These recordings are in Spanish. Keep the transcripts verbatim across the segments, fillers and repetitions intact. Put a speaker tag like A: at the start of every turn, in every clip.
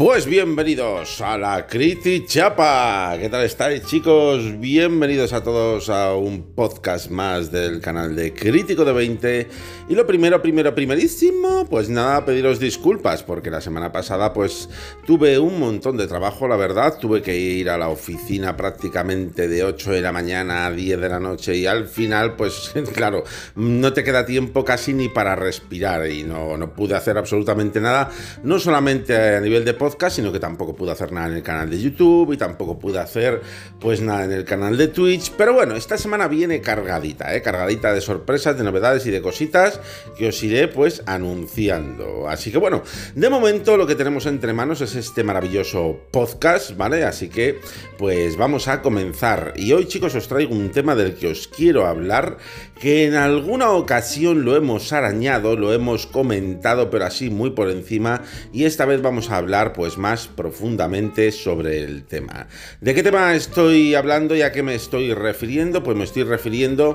A: Pues bienvenidos a la Criti Chapa. ¿Qué tal estáis, chicos? Bienvenidos a todos a un podcast más del canal de Crítico de veinte. Y lo primero, primero, primerísimo, pues nada, pediros disculpas porque la semana pasada pues tuve un montón de trabajo, la verdad. Tuve que ir a la oficina prácticamente de ocho de la mañana a diez de la noche y al final pues claro, no te queda tiempo casi ni para respirar y no, no pude hacer absolutamente nada, no solamente a nivel de podcast, sino que tampoco pude hacer nada en el canal de YouTube y tampoco pude hacer pues nada en el canal de Twitch. Pero bueno, esta semana viene cargadita, ¿eh? cargadita de sorpresas, de novedades y de cositas que os iré pues anunciando. Así que bueno, de momento lo que tenemos entre manos es este maravilloso podcast, ¿vale? Así que pues vamos a comenzar. Y hoy, chicos, os traigo un tema del que os quiero hablar, que en alguna ocasión lo hemos arañado, lo hemos comentado, pero así muy por encima, y esta vez vamos a hablar pues más profundamente sobre el tema. ¿De qué tema estoy hablando y a qué me estoy refiriendo? Pues me estoy refiriendo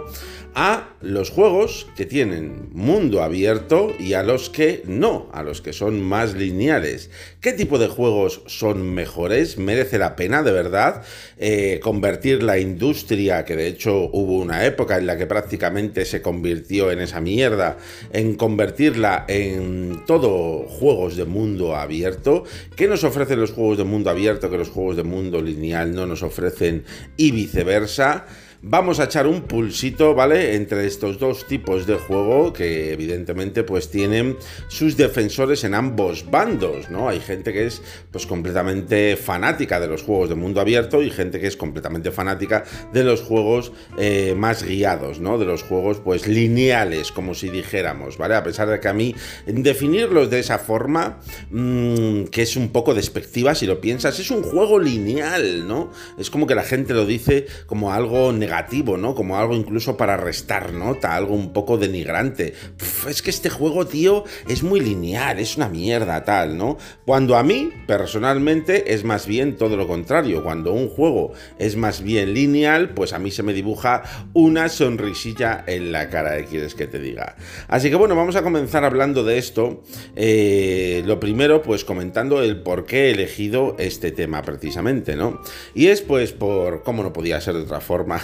A: a los juegos que tienen mundo abierto y a los que no, a los que son más lineales. ¿Qué tipo de juegos son mejores? ¿Merece la pena de verdad eh, convertir la industria, que de hecho hubo una época en la que prácticamente se convirtió en esa mierda, en convertirla en todo juegos de mundo abierto? ¿Qué nos ofrecen los juegos de mundo abierto que los juegos de mundo lineal no nos ofrecen y viceversa? Vamos a echar un pulsito, ¿vale?, entre estos dos tipos de juego que evidentemente pues tienen sus defensores en ambos bandos, ¿no? Hay gente que es pues completamente fanática de los juegos de mundo abierto y gente que es completamente fanática de los juegos eh, más guiados, ¿no? De los juegos pues lineales, como si dijéramos, ¿vale? A pesar de que a mí definirlos de esa forma, mmm, que es un poco despectiva si lo piensas, es un juego lineal, ¿no? Es como que la gente lo dice como algo negativo, negativo, ¿no? Como algo incluso para restar nota, algo un poco denigrante. Uf, es que este juego, tío, es muy lineal, es una mierda, tal, ¿no? Cuando a mí, personalmente, es más bien todo lo contrario. Cuando un juego es más bien lineal, pues a mí se me dibuja una sonrisilla en la cara, ¿qué quieres que te diga? Así que bueno, vamos a comenzar hablando de esto. Eh, lo primero, pues comentando el por qué he elegido este tema precisamente, ¿no? Y es pues por, cómo no podía ser de otra forma,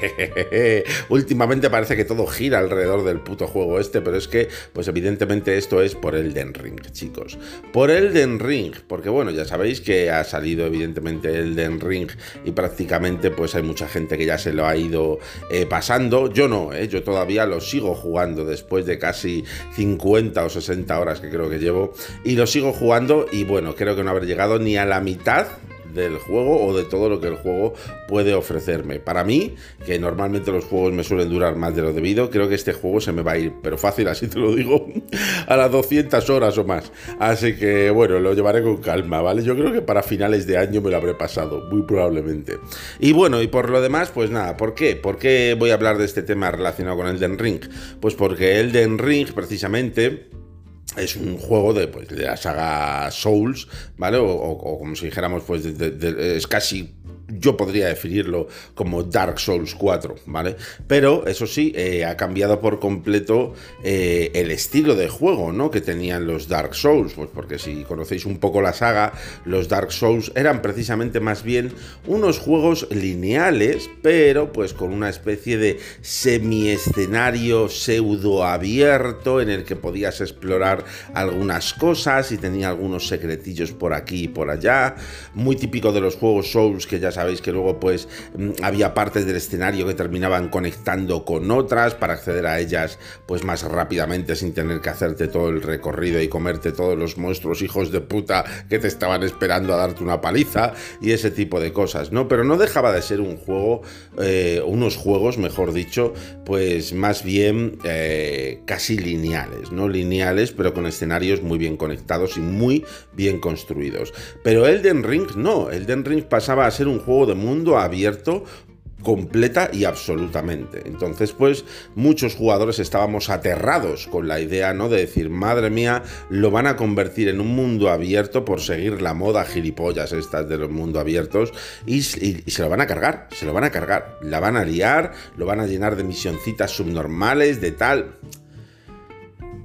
A: últimamente parece que todo gira alrededor del puto juego este, pero es que, pues evidentemente esto es por Elden Ring, chicos. Por Elden Ring, porque bueno, ya sabéis que ha salido evidentemente Elden Ring y prácticamente pues hay mucha gente que ya se lo ha ido eh, pasando. Yo no, eh, yo todavía lo sigo jugando después de casi cincuenta o sesenta horas que creo que llevo, y lo sigo jugando y bueno, creo que no habré llegado ni a la mitad del juego o de todo lo que el juego puede ofrecerme. Para mí, que normalmente los juegos me suelen durar más de lo debido, creo que este juego se me va a ir, pero fácil, así te lo digo, a las doscientas horas o más. Así que bueno, lo llevaré con calma, ¿vale? Yo creo que para finales de año me lo habré pasado, muy probablemente. Y bueno, y por lo demás, pues nada, ¿por qué? ¿Por qué voy a hablar de este tema relacionado con Elden Ring? Pues porque Elden Ring, precisamente, es un juego de, pues, de la saga Souls, ¿vale? O, o, o como si dijéramos, pues de, de, de, es casi, yo podría definirlo como Dark Souls cuatro, ¿vale? Pero eso sí, eh, ha cambiado por completo eh, el estilo de juego, ¿no?, que tenían los Dark Souls, pues porque si conocéis un poco la saga, los Dark Souls eran precisamente más bien unos juegos lineales, pero pues con una especie de semi-escenario pseudo abierto en el que podías explorar algunas cosas y tenía algunos secretillos por aquí y por allá, muy típico de los juegos Souls, que ya sabéis que luego pues había partes del escenario que terminaban conectando con otras para acceder a ellas pues más rápidamente sin tener que hacerte todo el recorrido y comerte todos los monstruos hijos de puta que te estaban esperando a darte una paliza y ese tipo de cosas, ¿no? Pero no dejaba de ser un juego, eh, unos juegos, mejor dicho, pues más bien eh, casi lineales, ¿no? Lineales, pero con escenarios muy bien conectados y muy bien construidos. Pero Elden Ring no, Elden Ring pasaba a ser un juego de mundo abierto completa y absolutamente. Entonces, pues, muchos jugadores estábamos aterrados con la idea, ¿no?, de decir, madre mía, lo van a convertir en un mundo abierto por seguir la moda gilipollas estas de los mundos abiertos y, y, y se lo van a cargar, se lo van a cargar, la van a liar, lo van a llenar de misioncitas subnormales, de tal...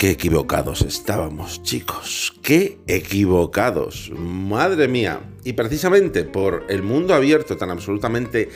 A: Qué equivocados estábamos, chicos, qué equivocados, madre mía. Y precisamente por el mundo abierto tan absolutamente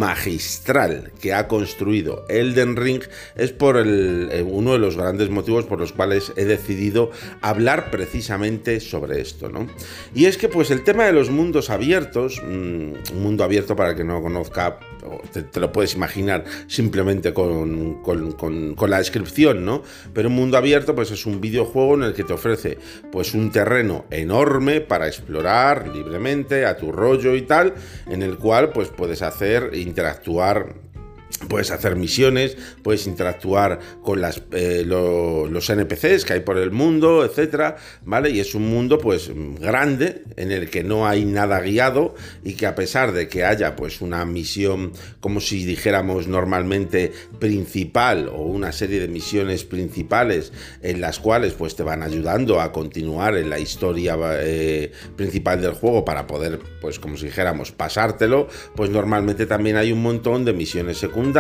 A: magistral que ha construido Elden Ring es por el, uno de los grandes motivos por los cuales he decidido hablar precisamente sobre esto, ¿no? Y es que pues el tema de los mundos abiertos, un mundo abierto para el que no lo conozca, te, te lo puedes imaginar simplemente con, con, con, con la descripción, ¿no? Pero un mundo abierto pues es un videojuego en el que te ofrece pues un terreno enorme para explorar libremente a tu rollo y tal, en el cual pues puedes hacer, interactuar, puedes hacer misiones, puedes interactuar con las, eh, lo, los N P Cs que hay por el mundo, etcétera, ¿vale? Y es un mundo pues grande en el que no hay nada guiado y que a pesar de que haya pues una misión, como si dijéramos normalmente principal o una serie de misiones principales en las cuales pues te van ayudando a continuar en la historia eh, principal del juego para poder pues como si dijéramos pasártelo, pues normalmente también hay un montón de misiones secundarias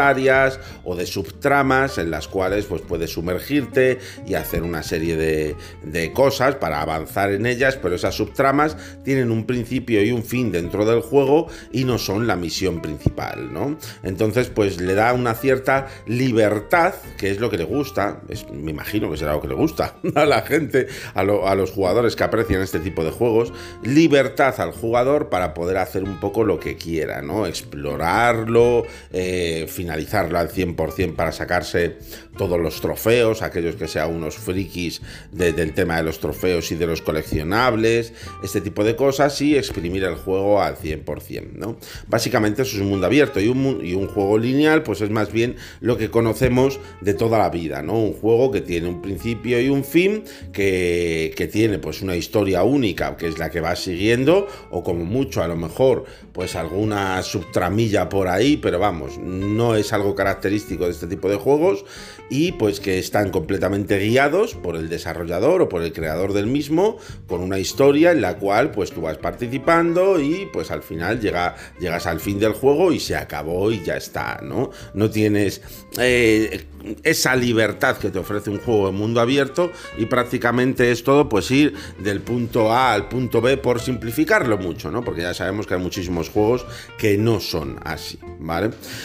A: o de subtramas en las cuales pues puedes sumergirte y hacer una serie de, de cosas para avanzar en ellas, pero esas subtramas tienen un principio y un fin dentro del juego y no son la misión principal, ¿no? Entonces pues le da una cierta libertad, que es lo que le gusta, es, me imagino que será lo que le gusta a la gente, a, lo, a los jugadores que aprecian este tipo de juegos, libertad al jugador para poder hacer un poco lo que quiera, ¿no? Explorarlo, eh, finalizarlo al cien por cien para sacarse todos los trofeos, aquellos que sean unos frikis de, del tema de los trofeos y de los coleccionables, este tipo de cosas, y exprimir el juego al cien por cien, ¿no? Básicamente eso es un mundo abierto, y un, y un juego lineal pues es más bien lo que conocemos de toda la vida, ¿no? Un juego que tiene un principio y un fin, que, que tiene pues una historia única, que es la que vas siguiendo, o como mucho a lo mejor pues alguna subtramilla por ahí, pero vamos, no es algo característico de este tipo de juegos, y pues que están completamente guiados por el desarrollador o por el creador del mismo, con una historia en la cual pues tú vas participando y pues al final llega, llegas al fin del juego y se acabó y ya está, ¿no? No tienes eh, esa libertad que te ofrece un juego de mundo abierto, y prácticamente es todo pues ir del punto A al punto B, por simplificarlo mucho, ¿no? Porque ya sabemos que hay muchísimos juegos que no son así, ¿vale?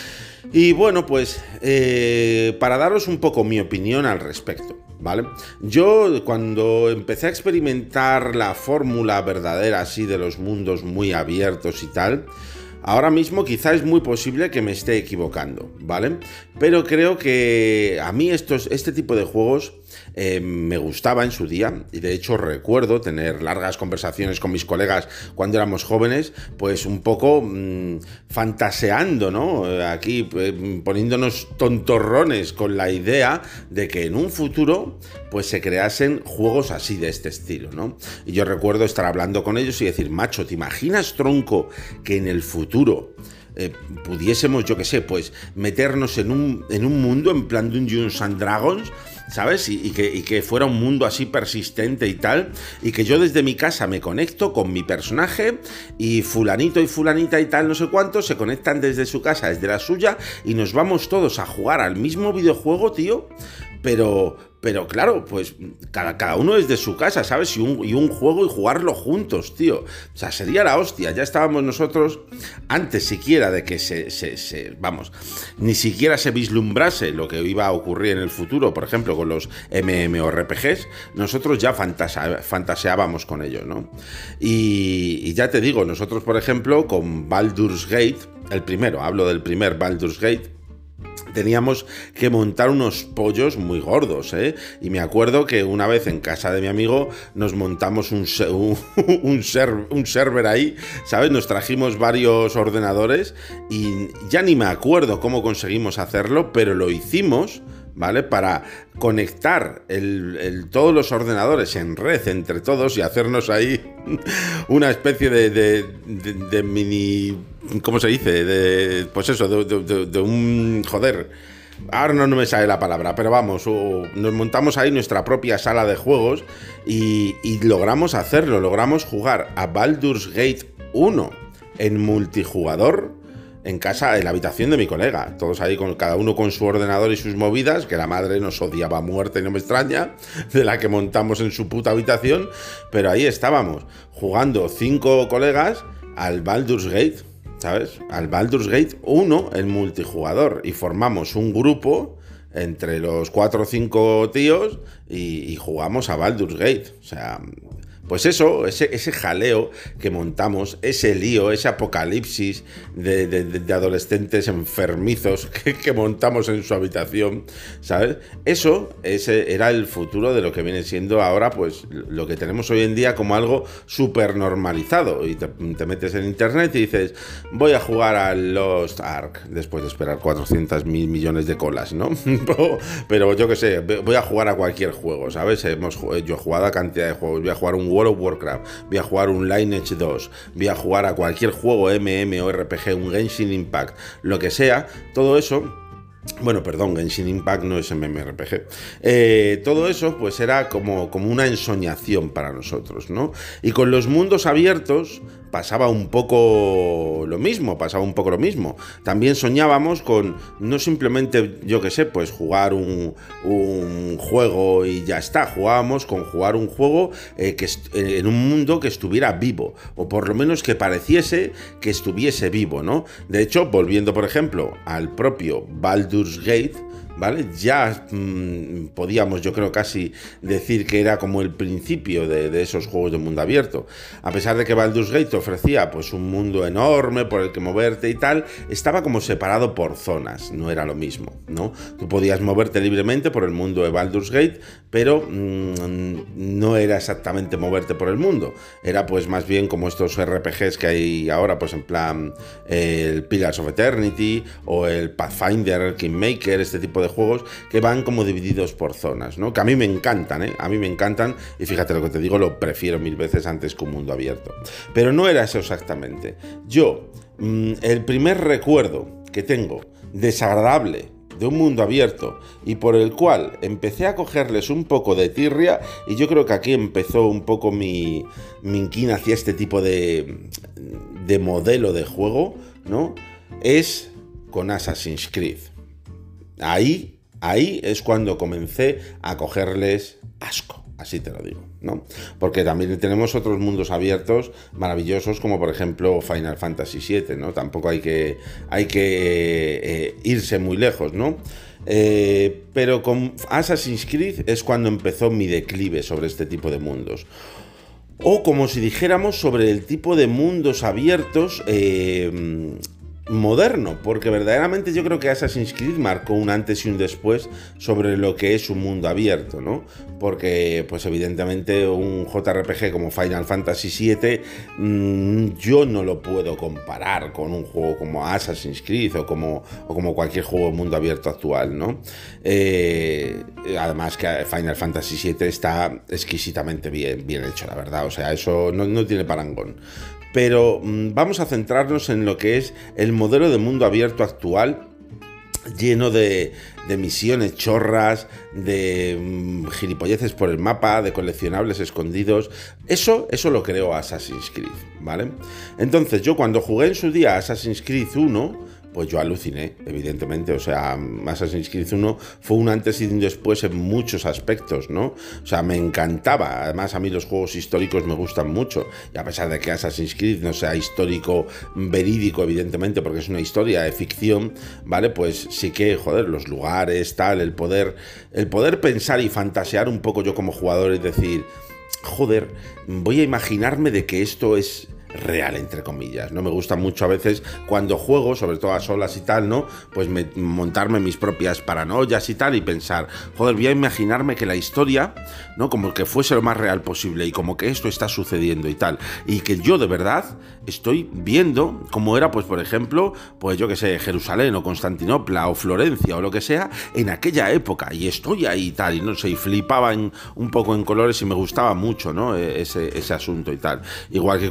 A: Y bueno, pues eh, para daros un poco mi opinión al respecto, ¿vale? Yo cuando empecé a experimentar la fórmula verdadera así de los mundos muy abiertos y tal, ahora mismo quizá es muy posible que me esté equivocando, ¿vale? Pero creo que a mí estos, este tipo de juegos eh, me gustaba en su día, y de hecho recuerdo tener largas conversaciones con mis colegas cuando éramos jóvenes, pues un poco mmm, fantaseando, ¿no? Aquí eh, poniéndonos tontorrones con la idea de que en un futuro pues se creasen juegos así de este estilo, ¿no? Y yo recuerdo estar hablando con ellos y decir, macho, ¿te imaginas, tronco, que en el futuro Eh, pudiésemos, yo qué sé, pues meternos en un, en un mundo en plan Dungeons and Dragons, ¿sabes? Y, y, que, y que fuera un mundo así persistente y tal, y que yo desde mi casa me conecto con mi personaje y fulanito y fulanita y tal, no sé cuántos, se conectan desde su casa, desde la suya, y nos vamos todos a jugar al mismo videojuego, tío, pero... Pero claro, pues cada, cada uno es de su casa, ¿sabes? Y un, y un juego y jugarlo juntos, tío. O sea, sería la hostia. Ya estábamos nosotros, antes siquiera de que se, se, se... Vamos, ni siquiera se vislumbrase lo que iba a ocurrir en el futuro, por ejemplo, con los MMORPGs, nosotros ya fantase, fantaseábamos con ellos, ¿no? Y, y ya te digo, nosotros, por ejemplo, con Baldur's Gate, el primero, hablo del primer Baldur's Gate, teníamos que montar unos pollos muy gordos, ¿eh? Y me acuerdo que una vez en casa de mi amigo nos montamos un, un, un, ser, un server ahí, ¿sabes? Nos trajimos varios ordenadores y ya ni me acuerdo cómo conseguimos hacerlo, pero lo hicimos, ¿vale? Para conectar el, el, todos los ordenadores en red entre todos y hacernos ahí una especie de, de, de, de mini... ¿Cómo se dice? De, pues eso, de, de, de, de un... Joder, ahora no, no me sale la palabra, pero vamos, o, nos montamos ahí nuestra propia sala de juegos y, y logramos hacerlo, logramos jugar a Baldur's Gate uno en multijugador. en casa, en la habitación de mi colega, todos ahí con cada uno con su ordenador y sus movidas, que la madre nos odiaba a muerte y no me extraña, de la que montamos en su puta habitación, pero ahí estábamos, jugando cinco colegas al Baldur's Gate, ¿sabes? Al Baldur's Gate uno, el multijugador, y formamos un grupo entre los cuatro o cinco tíos y, y jugamos a Baldur's Gate, o sea... Pues eso, ese, ese jaleo que montamos, ese lío, ese apocalipsis de, de, de adolescentes enfermizos que, que montamos en su habitación, ¿sabes? Eso ese era el futuro de lo que viene siendo ahora, pues, lo que tenemos hoy en día como algo súper normalizado. Y te, te metes en internet y dices, voy a jugar a Lost Ark, después de esperar cuatrocientos mil millones de colas, ¿no? Pero yo qué sé, voy a jugar a cualquier juego, ¿sabes? Hemos, yo he jugado a cantidad de juegos, voy a jugar un World of Warcraft, voy a jugar un Lineage dos, voy a jugar a cualquier juego M M o R P G, un Genshin Impact, lo que sea, todo eso. Bueno, perdón, Genshin Impact no es MMORPG. Eh, todo eso, pues era como, como una ensoñación para nosotros, ¿no? Y con los mundos abiertos pasaba un poco lo mismo, pasaba un poco lo mismo. También soñábamos con, no simplemente, yo qué sé, pues jugar un, un juego y ya está. Jugábamos con jugar un juego eh, que est- en un mundo que estuviera vivo, o por lo menos que pareciese que estuviese vivo, ¿no? De hecho, volviendo, por ejemplo, al propio Baldur's Gate, ¿vale? Ya mmm, podíamos, yo creo, casi decir que era como el principio de, de esos juegos de mundo abierto. A pesar de que Baldur's Gate te ofrecía pues un mundo enorme por el que moverte y tal, estaba como separado por zonas, no era lo mismo, ¿no? Tú podías moverte libremente por el mundo de Baldur's Gate, pero mmm, no era exactamente moverte por el mundo, era pues más bien como estos R P Gs que hay ahora, pues en plan eh, el Pillars of Eternity o el Pathfinder, el Kingmaker, este tipo de juegos que van como divididos por zonas, ¿no? Que a mí me encantan, ¿eh? A mí me encantan y fíjate lo que te digo, lo prefiero mil veces antes que un mundo abierto. Pero no era eso exactamente. Yo, mmm, el primer recuerdo que tengo desagradable de un mundo abierto y por el cual empecé a cogerles un poco de tirria, y yo creo que aquí empezó un poco mi, mi inquina hacia este tipo de, de modelo de juego, ¿no? Es con Assassin's Creed. Ahí, ahí es cuando comencé a cogerles asco, así te lo digo, ¿no? Porque también tenemos otros mundos abiertos maravillosos, como por ejemplo Final Fantasy siete, ¿no? Tampoco hay que, hay que eh, irse muy lejos, ¿no? Eh, pero con Assassin's Creed es cuando empezó mi declive sobre este tipo de mundos. O como si dijéramos sobre el tipo de mundos abiertos eh, moderno, porque verdaderamente yo creo que Assassin's Creed marcó un antes y un después sobre lo que es un mundo abierto, ¿no? Porque, pues evidentemente, un J R P G como Final Fantasy siete, mmm, yo no lo puedo comparar con un juego como Assassin's Creed o como, o como cualquier juego de mundo abierto actual, ¿no? Eh, además que Final Fantasy siete está exquisitamente bien, bien hecho, la verdad, o sea, eso no, no tiene parangón. Pero mmm, vamos a centrarnos en lo que es el modelo de mundo abierto actual, lleno de, de misiones chorras, de mmm, gilipolleces por el mapa, de coleccionables escondidos. Eso, eso lo creó Assassin's Creed, ¿vale? Entonces, yo cuando jugué en su día Assassin's Creed uno, pues yo aluciné, evidentemente. O sea, Assassin's Creed uno fue un antes y un después en muchos aspectos, ¿no? O sea, me encantaba. Además, a mí los juegos históricos me gustan mucho. Y a pesar de que Assassin's Creed no sea histórico verídico, evidentemente, porque es una historia de ficción, ¿vale? Pues sí que, joder, los lugares, tal, el poder, el poder pensar y fantasear un poco yo como jugador y decir, joder, voy a imaginarme de que esto es real, entre comillas. No me gusta mucho a veces cuando juego, sobre todo a solas y tal, ¿no? Pues me, montarme mis propias paranoias y tal y pensar, joder, voy a imaginarme que la historia, ¿no? Como que fuese lo más real posible y como que esto está sucediendo y tal. Y que yo de verdad estoy viendo cómo era, pues por ejemplo, pues yo que sé, Jerusalén o Constantinopla o Florencia o lo que sea en aquella época y estoy ahí y tal, y no sé, y flipaba en, un poco en colores y me gustaba mucho, ¿no? Ese, ese asunto y tal. Igual que cuando juego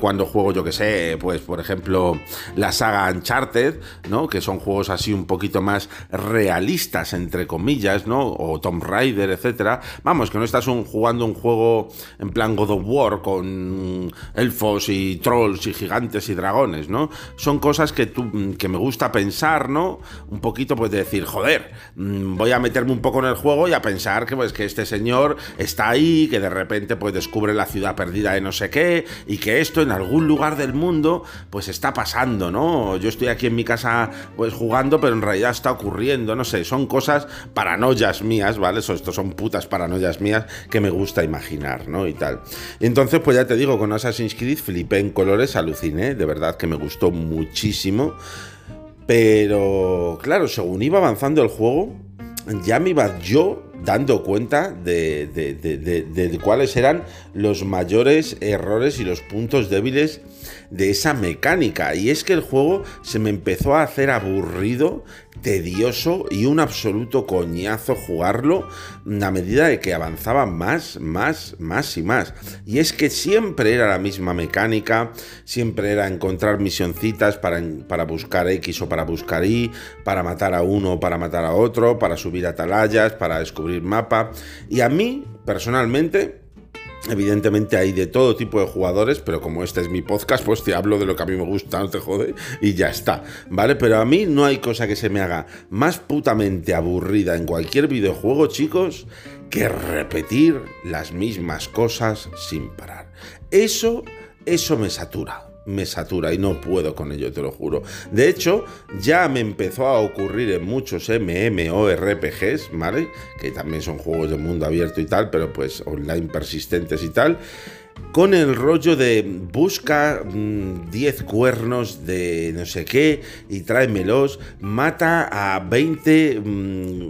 A: luego, yo que sé, pues por ejemplo, la saga Uncharted, ¿no? Que son juegos así un poquito más realistas, entre comillas, ¿no? O Tomb Raider, etcétera. Vamos, que no estás un, jugando un juego en plan God of War con elfos y trolls y gigantes y dragones, ¿no? Son cosas que, tú, que me gusta pensar, ¿no? Un poquito, pues de decir, joder, voy a meterme un poco en el juego y a pensar que, pues, que este señor está ahí, que de repente pues descubre la ciudad perdida de no sé qué, y que esto en algún lugar del mundo pues está pasando, ¿no? Yo estoy aquí en mi casa pues jugando, pero en realidad está ocurriendo, no sé, son cosas, paranoias mías, ¿vale? Estos son putas paranoias mías que me gusta imaginar, ¿no? Y tal. Y entonces, pues ya te digo, con Assassin's Creed flipé en colores, aluciné, de verdad que me gustó muchísimo. Pero, claro, según iba avanzando el juego, ya me iba yo dando cuenta de, de, de, de, de cuáles eran los mayores errores y los puntos débiles de esa mecánica. Y es que el juego se me empezó a hacer aburrido, tedioso y un absoluto coñazo jugarlo a medida de que avanzaba más, más, más y más. Y es que siempre era la misma mecánica, siempre era encontrar misioncitas para, para buscar X o para buscar Y, para matar a uno o para matar a otro, para subir atalayas, para descubrir mapa. Y a mí, personalmente, evidentemente hay de todo tipo de jugadores, pero como este es mi podcast, pues te hablo de lo que a mí me gusta, no te jode, y ya está, ¿vale? Pero a mí no hay cosa que se me haga más putamente aburrida en cualquier videojuego, chicos, que repetir las mismas cosas sin parar. Eso, eso me satura. Me satura y no puedo con ello, te lo juro. De hecho, ya me empezó a ocurrir en muchos MMORPGs, ¿vale? Que también son juegos de mundo abierto y tal, pero pues online persistentes y tal, con el rollo de busca diez mmm, cuernos de no sé qué y tráemelos, mata a veinte mmm,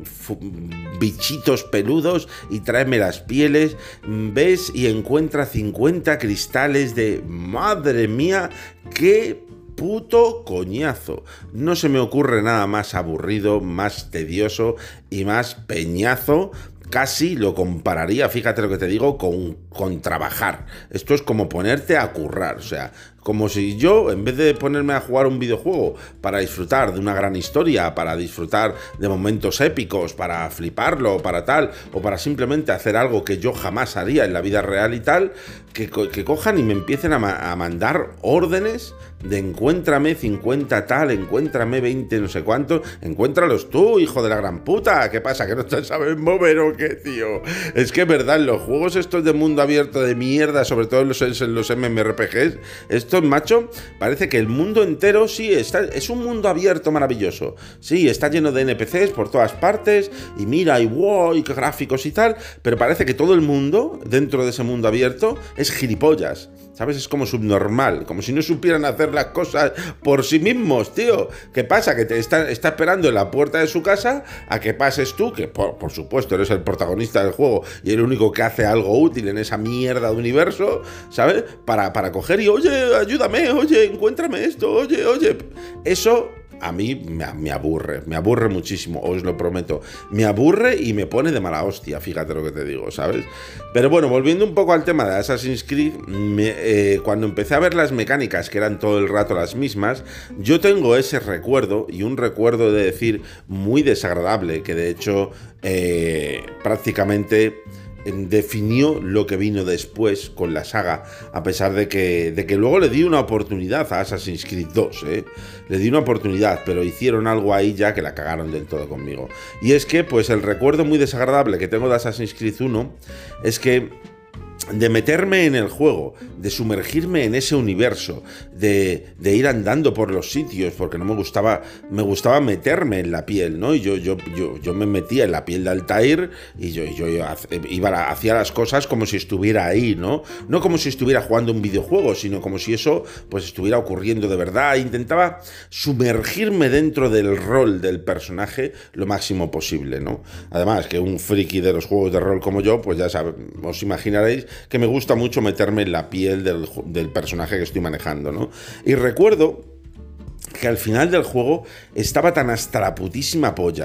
A: bichitos peludos y tráeme las pieles, ves y encuentra cincuenta cristales de... ¡Madre mía! ¡Qué puto coñazo! No se me ocurre nada más aburrido, más tedioso y más peñazo. Casi lo compararía, fíjate lo que te digo, con, con trabajar. Esto es como ponerte a currar, o sea, como si yo, en vez de ponerme a jugar un videojuego para disfrutar de una gran historia, para disfrutar de momentos épicos, para fliparlo, para tal, o para simplemente hacer algo que yo jamás haría en la vida real y tal, que, que cojan y me empiecen a, ma- a mandar órdenes de encuéntrame cincuenta tal, encuéntrame veinte no sé cuántos, encuéntralos tú, hijo de la gran puta. ¿Qué pasa? ¿Que no te sabes mover o qué, tío? Es que es verdad, en los juegos estos de mundo abierto de mierda, sobre todo en los, en los MMORPGs, estos, macho, parece que el mundo entero, sí, está, es un mundo abierto maravilloso. Sí, está lleno de N P Cs por todas partes, y mira, y wow, y qué gráficos y tal, pero parece que todo el mundo, dentro de ese mundo abierto, es gilipollas. ¿Sabes? Es como subnormal, como si no supieran hacer las cosas por sí mismos, tío. ¿Qué pasa? Que te está, está esperando en la puerta de su casa a que pases tú, que por, por supuesto eres el protagonista del juego y el único que hace algo útil en esa mierda de universo, ¿sabes? Para, para coger y, oye, ayúdame, oye, encuéntrame esto, oye, oye. Eso... a mí me, me aburre, me aburre muchísimo, os lo prometo. Me aburre y me pone de mala hostia, fíjate lo que te digo, ¿sabes? Pero bueno, volviendo un poco al tema de Assassin's Creed, me, eh, cuando empecé a ver las mecánicas, que eran todo el rato las mismas, yo tengo ese recuerdo, y un recuerdo de decir muy desagradable, que de hecho eh, prácticamente... definió lo que vino después con la saga, a pesar de que, de que luego le di una oportunidad a Assassin's Creed dos, ¿eh? Le di una oportunidad, pero hicieron algo ahí ya que la cagaron del todo conmigo. Y es que, pues el recuerdo muy desagradable que tengo de Assassin's Creed uno es que de meterme en el juego, de sumergirme en ese universo, de, de ir andando por los sitios, porque no me gustaba, me gustaba meterme en la piel, ¿no? Y yo, yo, yo, yo me metía en la piel de Altair y yo, yo, yo iba, hacía las cosas como si estuviera ahí, ¿no? No como si estuviera jugando un videojuego, sino como si eso pues estuviera ocurriendo de verdad. Intentaba sumergirme dentro del rol del personaje lo máximo posible, ¿no? Además, que un friki de los juegos de rol como yo, pues ya sabes, os imaginaréis que me gusta mucho meterme en la piel del, del personaje que estoy manejando, ¿no? Y recuerdo que al final del juego estaba tan hasta la putísima polla,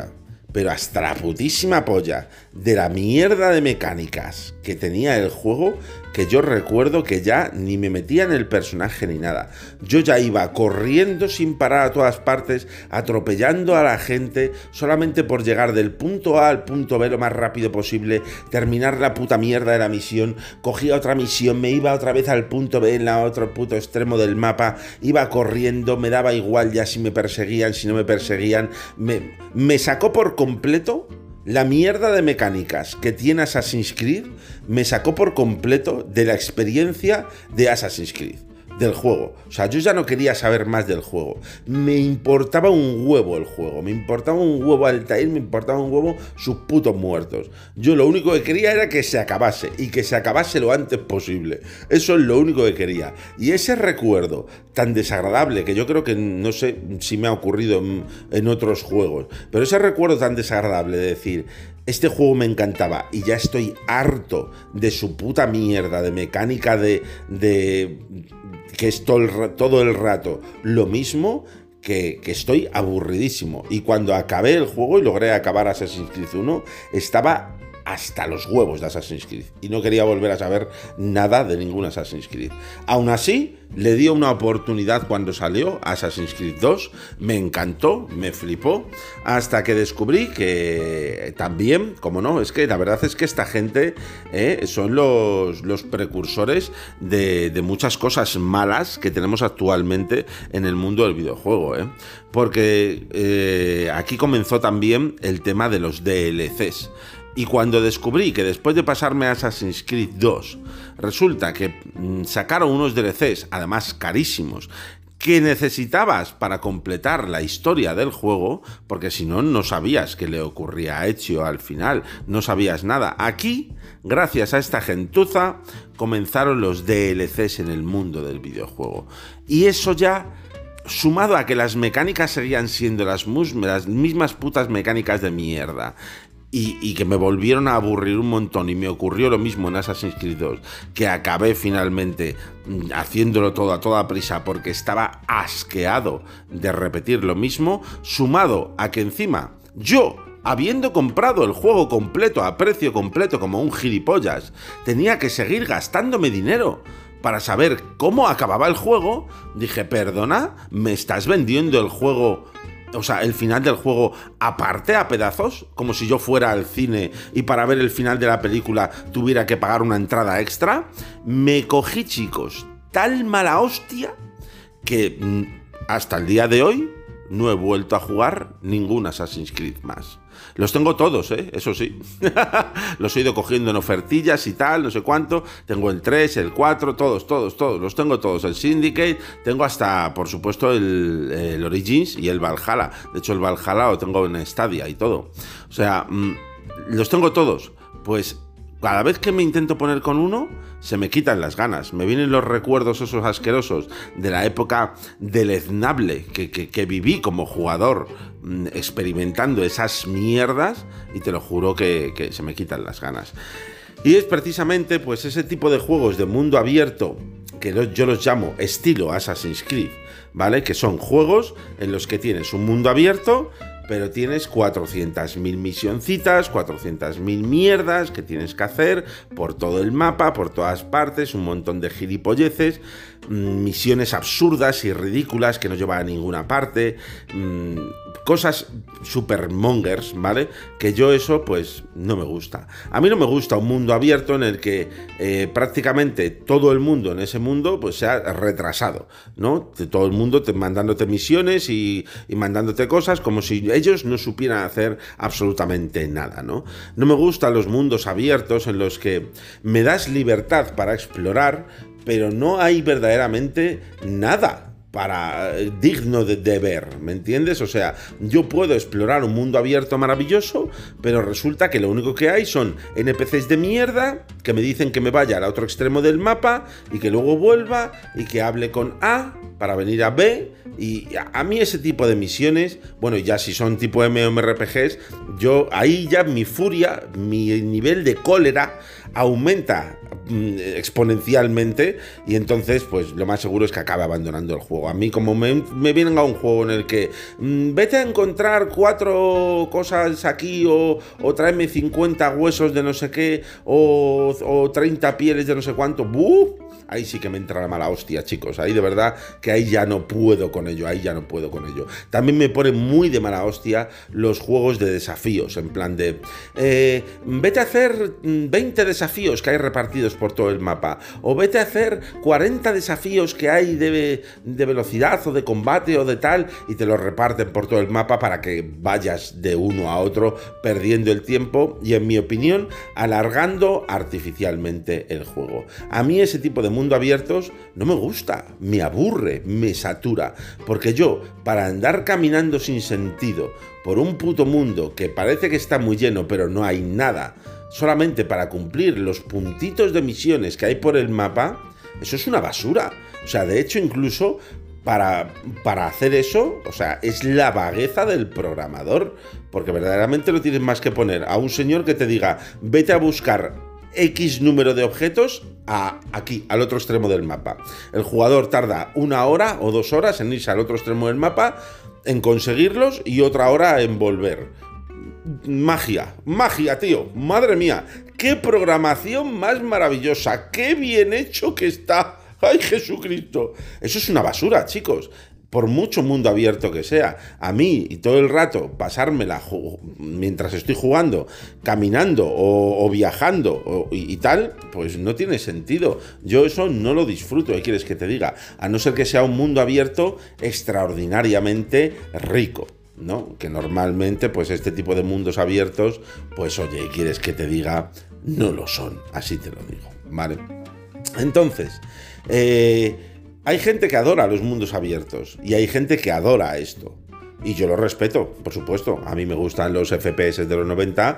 A: pero hasta la putísima polla de la mierda de mecánicas que tenía el juego, que yo recuerdo que ya ni me metía en el personaje ni nada. Yo ya iba corriendo sin parar a todas partes, atropellando a la gente, solamente por llegar del punto A al punto B lo más rápido posible, terminar la puta mierda de la misión, cogía otra misión, me iba otra vez al punto B en la otro puto extremo del mapa, iba corriendo, me daba igual ya si me perseguían, si no me perseguían, me, me sacó por completo. La mierda de mecánicas que tiene Assassin's Creed me sacó por completo de la experiencia de Assassin's Creed, del juego. O sea, yo ya no quería saber más del juego. Me importaba un huevo el juego, me importaba un huevo Altair, me importaba un huevo sus putos muertos. Yo lo único que quería era que se acabase, y que se acabase lo antes posible. Eso es lo único que quería. Y ese recuerdo tan desagradable, que yo creo que no sé si me ha ocurrido en, en otros juegos, pero ese recuerdo tan desagradable de decir, este juego me encantaba y ya estoy harto de su puta mierda de mecánica de... de que es todo el, todo el rato lo mismo, que, que estoy aburridísimo. Y cuando acabé el juego y logré acabar Assassin's Creed uno, estaba hasta los huevos de Assassin's Creed y no quería volver a saber nada de ningún Assassin's Creed. Aún así, le di una oportunidad cuando salió Assassin's Creed dos, me encantó, me flipó, hasta que descubrí que también, como no, es que la verdad es que esta gente eh, son los, los precursores de, de muchas cosas malas que tenemos actualmente en el mundo del videojuego, eh. porque eh, aquí comenzó también el tema de los D L Cs. Y cuando descubrí que después de pasarme a Assassin's Creed dos, resulta que sacaron unos D L Cs, además carísimos, que necesitabas para completar la historia del juego, porque si no, no sabías qué le ocurría a Ezio al final, no sabías nada. Aquí, gracias a esta gentuza, comenzaron los D L Cs en el mundo del videojuego. Y eso ya, sumado a que las mecánicas seguían siendo las, mus- las mismas putas mecánicas de mierda, Y, y que me volvieron a aburrir un montón, y me ocurrió lo mismo en Assassin's Creed dos, que acabé finalmente haciéndolo todo a toda prisa porque estaba asqueado de repetir lo mismo, sumado a que encima yo, habiendo comprado el juego completo a precio completo como un gilipollas, tenía que seguir gastándome dinero para saber cómo acababa el juego. Dije, perdona, ¿me estás vendiendo el juego, o sea, el final del juego aparte a pedazos? Como si yo fuera al cine y para ver el final de la película tuviera que pagar una entrada extra? Me cogí, chicos, tal mala hostia que mmm, hasta el día de hoy no he vuelto a jugar ningún Assassin's Creed más. Los tengo todos, ¿eh? Eso sí. Los he ido cogiendo en ofertillas y tal, no sé cuánto. Tengo el tres, el cuatro, todos, todos, todos. Los tengo todos. El Syndicate, tengo hasta, por supuesto, el, el Origins y el Valhalla. De hecho, el Valhalla lo tengo en Stadia y todo. O sea, mmm, los tengo todos. Pues cada vez que me intento poner con uno, se me quitan las ganas. Me vienen los recuerdos esos asquerosos de la época deleznable que, que, que viví como jugador, mmm, experimentando esas mierdas, y te lo juro que, que se me quitan las ganas. Y es precisamente pues ese tipo de juegos de mundo abierto que yo los llamo estilo Assassin's Creed, ¿vale? Que son juegos en los que tienes un mundo abierto, pero tienes cuatrocientas mil misioncitas, cuatrocientas mil mierdas que tienes que hacer por todo el mapa, por todas partes, un montón de gilipolleces, misiones absurdas y ridículas que no llevan a ninguna parte, mmm, cosas supermongers, ¿vale? Que yo eso, pues, no me gusta. A mí no me gusta un mundo abierto en el que eh, prácticamente todo el mundo en ese mundo, pues, sea retrasado, ¿no? Todo el mundo te, mandándote misiones y, y mandándote cosas como si ellos no supieran hacer absolutamente nada, ¿no? No me gustan los mundos abiertos en los que me das libertad para explorar, pero no hay verdaderamente nada para digno de, de ver, ¿me entiendes? O sea, yo puedo explorar un mundo abierto maravilloso, pero resulta que lo único que hay son N P Cs de mierda que me dicen que me vaya al otro extremo del mapa y que luego vuelva y que hable con A para venir a B, y a mí ese tipo de misiones, bueno, ya si son tipo M M O R P Gs, yo ahí ya mi furia, mi nivel de cólera aumenta exponencialmente, y entonces pues lo más seguro es que acabe abandonando el juego. A mí, como me, me vienen a un juego en el que mmm, vete a encontrar cuatro cosas aquí, o, o tráeme cincuenta huesos de no sé qué, o, o treinta pieles de no sé cuánto, ¡buh! Ahí sí que me entra la mala hostia, chicos. Ahí de verdad que ahí ya no puedo con ello, ahí ya no puedo con ello. También me pone muy de mala hostia los juegos de desafíos, en plan de eh, vete a hacer veinte desafíos que hay repartidos por todo el mapa, o vete a hacer cuarenta desafíos que hay de, de velocidad o de combate o de tal, y te los reparten por todo el mapa para que vayas de uno a otro perdiendo el tiempo y, en mi opinión, alargando artificialmente el juego. A mí ese tipo de mundo abiertos no me gusta, me aburre, me satura, porque yo, para andar caminando sin sentido por un puto mundo que parece que está muy lleno pero no hay nada, solamente para cumplir los puntitos de misiones que hay por el mapa, eso es una basura. O sea, de hecho, incluso para, para hacer eso, o sea, es la vagueza del programador, porque verdaderamente no tienes más que poner a un señor que te diga, vete a buscar X número de objetos a aquí, al otro extremo del mapa. El jugador tarda una hora o dos horas en irse al otro extremo del mapa, en conseguirlos, y otra hora en volver. Magia, magia, tío, madre mía, qué programación más maravillosa, qué bien hecho que está. ¡Ay, Jesucristo! Eso es una basura, chicos. Por mucho mundo abierto que sea, a mí y todo el rato pasármela mientras estoy jugando, caminando o, o viajando o, y, y tal, pues no tiene sentido. Yo eso no lo disfruto, ¿qué quieres que te diga? A no ser que sea un mundo abierto extraordinariamente rico, ¿no? Que normalmente, pues este tipo de mundos abiertos, pues oye, ¿quieres que te diga? No lo son, así te lo digo, ¿vale? Entonces, eh... hay gente que adora los mundos abiertos y hay gente que adora esto. Y yo lo respeto, por supuesto. A mí me gustan los F P S de los noventa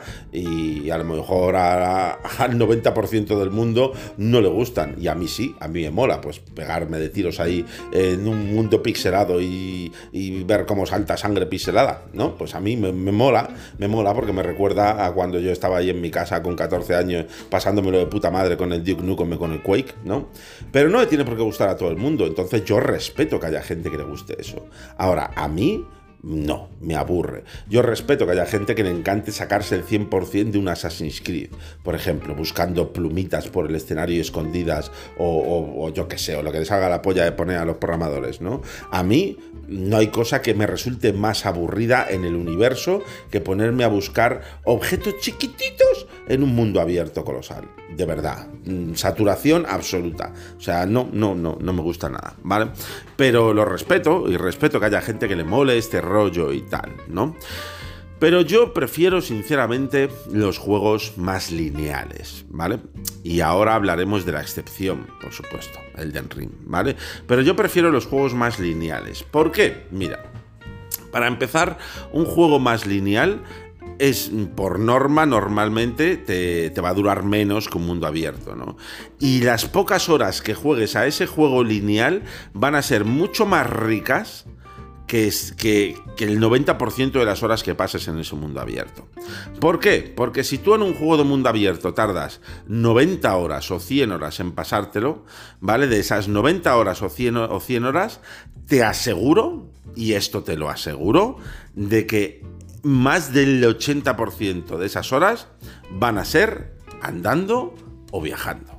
A: y a lo mejor a, a, al noventa por ciento del mundo no le gustan. Y a mí sí, a mí me mola pues pegarme de tiros ahí en un mundo pixelado y, y ver cómo salta sangre pixelada, ¿no? Pues a mí me, me mola, me mola porque me recuerda a cuando yo estaba ahí en mi casa con catorce años pasándomelo de puta madre con el Duke Nukem, con el Quake, ¿no? Pero no le tiene por qué gustar a todo el mundo. Entonces yo respeto que haya gente que le guste eso. Ahora, a mí no, me aburre. Yo respeto que haya gente que le encante sacarse el cien por ciento de un Assassin's Creed, por ejemplo, buscando plumitas por el escenario escondidas, o, o, o yo qué sé, o lo que les haga la polla de poner a los programadores, ¿no? A mí no hay cosa que me resulte más aburrida en el universo que ponerme a buscar objetos chiquititos en un mundo abierto colosal. De verdad, saturación absoluta. O sea, no, no, no, no me gusta nada, ¿vale? Pero lo respeto, y respeto que haya gente que le mole este rollo y tal, ¿no? Pero yo prefiero sinceramente los juegos más lineales, ¿vale? Y ahora hablaremos de la excepción, por supuesto, Elden Ring, ¿vale? Pero yo prefiero los juegos más lineales. ¿Por qué? Mira, para empezar, un juego más lineal es, por norma, normalmente te, te va a durar menos que un mundo abierto, ¿no? Y las pocas horas que juegues a ese juego lineal van a ser mucho más ricas que, es, que, que el noventa por ciento de las horas que pases en ese mundo abierto. ¿Por qué? Porque si tú en un juego de mundo abierto tardas noventa horas o cien horas en pasártelo, ¿vale? De esas noventa horas o cien, o cien horas, te aseguro, y esto te lo aseguro, de que más del ochenta por ciento de esas horas van a ser andando o viajando.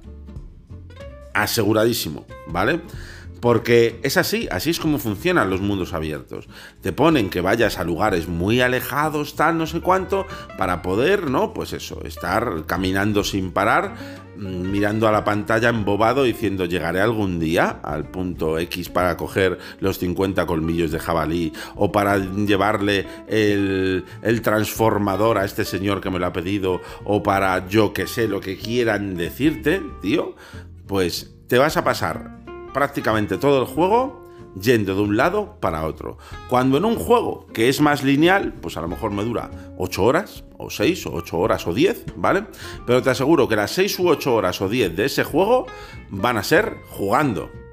A: Aseguradísimo, ¿vale? Porque es así, así es como funcionan los mundos abiertos. Te ponen que vayas a lugares muy alejados, tal, no sé cuánto, para poder, ¿no? Pues eso, estar caminando sin parar, mirando a la pantalla embobado, diciendo, llegaré algún día al punto X para coger los cincuenta colmillos de jabalí, o para llevarle el, el transformador a este señor que me lo ha pedido, o para yo que sé, lo que quieran decirte, tío, pues te vas a pasar prácticamente todo el juego yendo de un lado para otro. Cuando en un juego que es más lineal, pues a lo mejor me dura ocho horas, o seis, o ocho horas, o diez, ¿vale? Pero te aseguro que las seis u ocho horas o diez de ese juego van a ser jugando.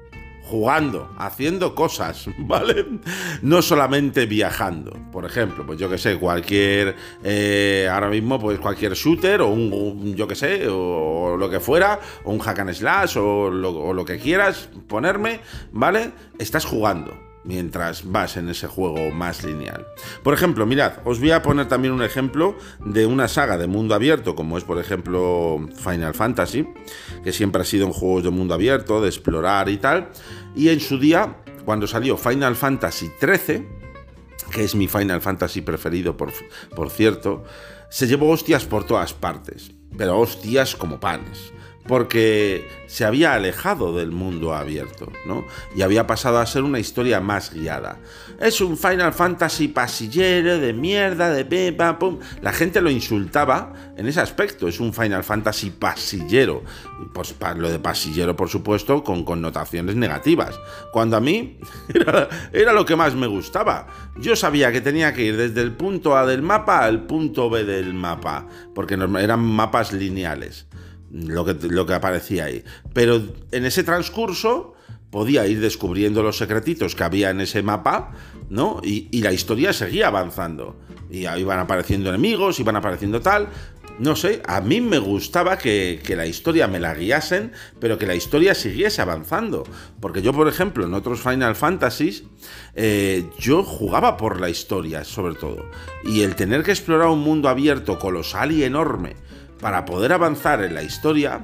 A: jugando, haciendo cosas, ¿vale? No solamente viajando. Por ejemplo, pues yo que sé, cualquier, eh, ahora mismo, pues cualquier shooter o un, un yo que sé, o, o lo que fuera, o un hack and slash o lo, o lo que quieras ponerme, ¿vale? Estás jugando mientras vas en ese juego más lineal. Por ejemplo, mirad, os voy a poner también un ejemplo de una saga de mundo abierto, como es por ejemplo Final Fantasy, que siempre ha sido un juego de mundo abierto, de explorar y tal, y en su día, cuando salió Final Fantasy trece, que es mi Final Fantasy preferido, por, por cierto, se llevó hostias por todas partes, pero hostias como panes, porque se había alejado del mundo abierto, ¿no? Y había pasado a ser una historia más guiada. Es un Final Fantasy pasillero de mierda, de pim, pam, pum. La gente lo insultaba en ese aspecto. Es un Final Fantasy pasillero. Pues lo de pasillero, por supuesto, con connotaciones negativas. Cuando a mí era, era lo que más me gustaba. Yo sabía que tenía que ir desde el punto A del mapa al punto B del mapa, porque eran mapas lineales. Lo que, lo que aparecía ahí. Pero en ese transcurso podía ir descubriendo los secretitos que había en ese mapa, ¿no? Y, y la historia seguía avanzando. Y iban apareciendo enemigos, iban apareciendo tal. No sé, a mí me gustaba que, que la historia me la guiasen, pero que la historia siguiese avanzando. Porque yo, por ejemplo, en otros Final Fantasies, eh, yo jugaba por la historia, sobre todo. Y el tener que explorar un mundo abierto, colosal y enorme, para poder avanzar en la historia,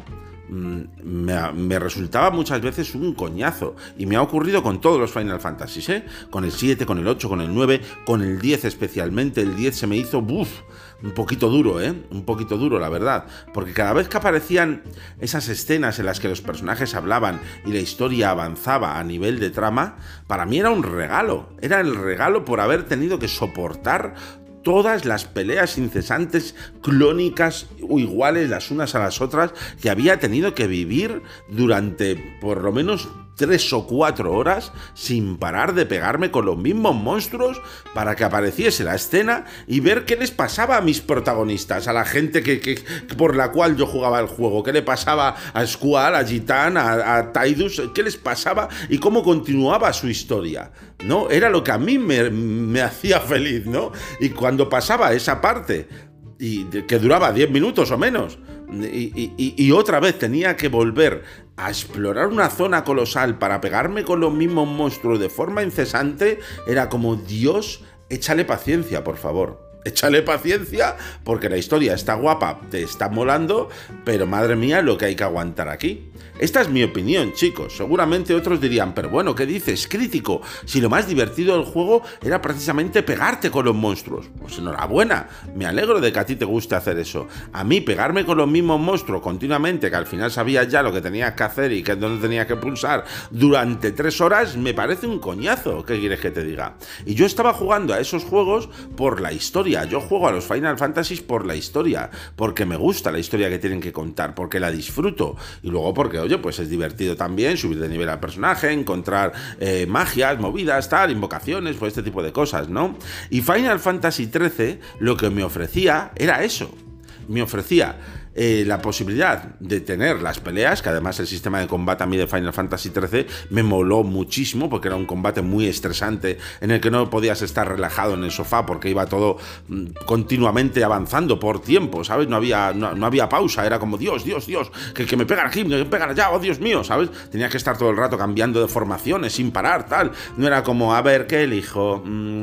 A: me, me resultaba muchas veces un coñazo. Y me ha ocurrido con todos los Final Fantasies, ¿eh? Con el siete, con el ocho, con el nueve, con el diez especialmente. El diez se me hizo, ¡buf!, un poquito duro, ¿eh? Un poquito duro, la verdad. Porque cada vez que aparecían esas escenas en las que los personajes hablaban y la historia avanzaba a nivel de trama, para mí era un regalo. Era el regalo por haber tenido que soportar todas las peleas incesantes, clónicas o iguales las unas a las otras, que había tenido que vivir durante por lo menos tres o cuatro horas sin parar de pegarme con los mismos monstruos para que apareciese la escena y ver qué les pasaba a mis protagonistas, a la gente que, que por la cual yo jugaba el juego, qué le pasaba a Squall, a Gitan, a, a Tidus, qué les pasaba y cómo continuaba su historia, ¿no? Era lo que a mí me, me hacía feliz, ¿no? Y cuando pasaba esa parte, y que duraba diez minutos o menos, y, y, y otra vez tenía que volver a explorar una zona colosal para pegarme con los mismos monstruos de forma incesante, era como, Dios, échale paciencia, por favor. Échale paciencia, porque la historia está guapa, te está molando, pero madre mía lo que hay que aguantar aquí. Esta es mi opinión, chicos. Seguramente otros dirían, pero bueno, ¿qué dices, crítico? Si lo más divertido del juego era precisamente pegarte con los monstruos. Pues enhorabuena, me alegro de que a ti te guste hacer eso. A mí pegarme con los mismos monstruos continuamente, que al final sabías ya lo que tenías que hacer y que dónde tenías que pulsar durante tres horas, me parece un coñazo. ¿Qué quieres que te diga? Y yo estaba jugando a esos juegos por la historia. Yo juego a los Final Fantasies por la historia, porque me gusta la historia que tienen que contar, porque la disfruto, y luego porque, oye, pues es divertido también subir de nivel al personaje, encontrar eh, magias, movidas, tal, invocaciones, pues este tipo de cosas, ¿no? Y Final Fantasy trece lo que me ofrecía era eso, me ofrecía Eh, la posibilidad de tener las peleas, que además el sistema de combate a mí de Final Fantasy trece me moló muchísimo, porque era un combate muy estresante en el que no podías estar relajado en el sofá porque iba todo mm, continuamente avanzando por tiempo, ¿sabes? No había, no, no había pausa, era como Dios, Dios, Dios, que, que me pegan aquí, que me pegan allá, oh Dios mío, ¿sabes? Tenía que estar todo el rato cambiando de formaciones sin parar, tal. No era como, a ver, ¿qué elijo? Mm,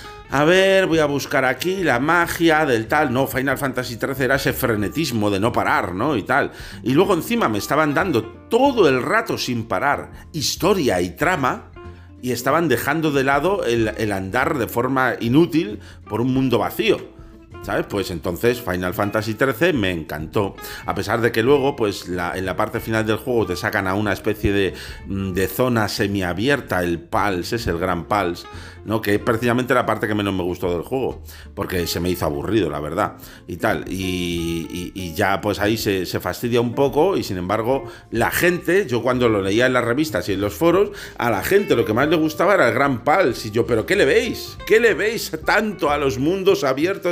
A: A ver, voy a buscar aquí la magia del tal. No, Final Fantasy trece era ese frenetismo de no parar, ¿no? Y tal. Y luego encima me estaban dando todo el rato sin parar historia y trama, y estaban dejando de lado el, el andar de forma inútil por un mundo vacío, ¿sabes? Pues entonces Final Fantasy trece me encantó. A pesar de que luego, pues la, en la parte final del juego te sacan a una especie de, de zona semiabierta, el Pals, es el Gran Pals, ¿no? Que es precisamente la parte que menos me gustó del juego, porque se me hizo aburrido, la verdad, y tal. Y, y, y ya pues ahí se, se fastidia un poco, y sin embargo la gente, yo cuando lo leía en las revistas y en los foros, a la gente lo que más le gustaba era el Gran Pals. Y yo, ¿pero qué le veis? ¿Qué le veis tanto a los mundos abiertos de los cojones?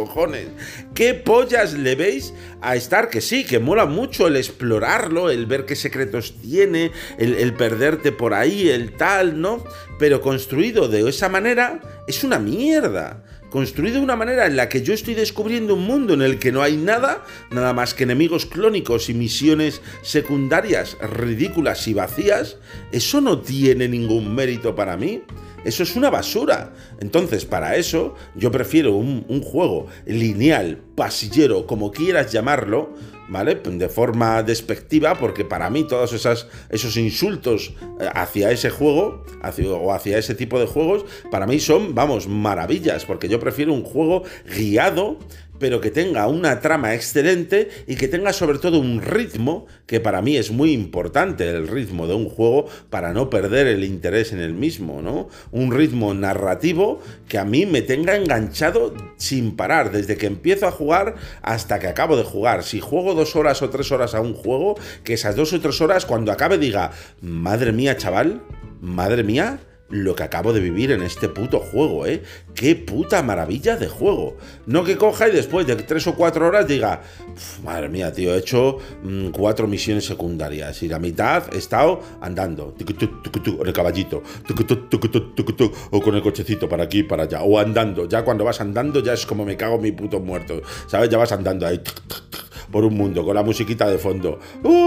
A: cojones? ¿Qué pollas le veis a estar? Que sí, que mola mucho el explorarlo, el ver qué secretos tiene, el, el perderte por ahí, el tal, ¿no? Pero construido de esa manera es una mierda. Construido de una manera en la que yo estoy descubriendo un mundo en el que no hay nada, nada más que enemigos clónicos y misiones secundarias ridículas y vacías, eso no tiene ningún mérito para mí. Eso es una basura. Entonces, para eso, yo prefiero un, un juego lineal, pasillero, como quieras llamarlo, ¿vale? De forma despectiva, porque para mí todos esas, esos insultos hacia ese juego, hacia, o hacia ese tipo de juegos, para mí son, vamos, maravillas, porque yo prefiero un juego guiado, pero que tenga una trama excelente y que tenga sobre todo un ritmo, que para mí es muy importante el ritmo de un juego para no perder el interés en el mismo, ¿no? Un ritmo narrativo que a mí me tenga enganchado sin parar, desde que empiezo a jugar hasta que acabo de jugar. Si juego dos horas o tres horas a un juego, que esas dos o tres horas cuando acabe diga, madre mía, chaval, madre mía, lo que acabo de vivir en este puto juego, ¿eh? ¡Qué puta maravilla de juego! No que coja y después de tres o cuatro horas diga, madre mía, tío, he hecho mmm, cuatro misiones secundarias y la mitad he estado andando, con el caballito, o con el cochecito para aquí y para allá, o andando. Ya cuando vas andando ya es como me cago en mi puto muerto, ¿sabes? Ya vas andando ahí por un mundo, con la musiquita de fondo,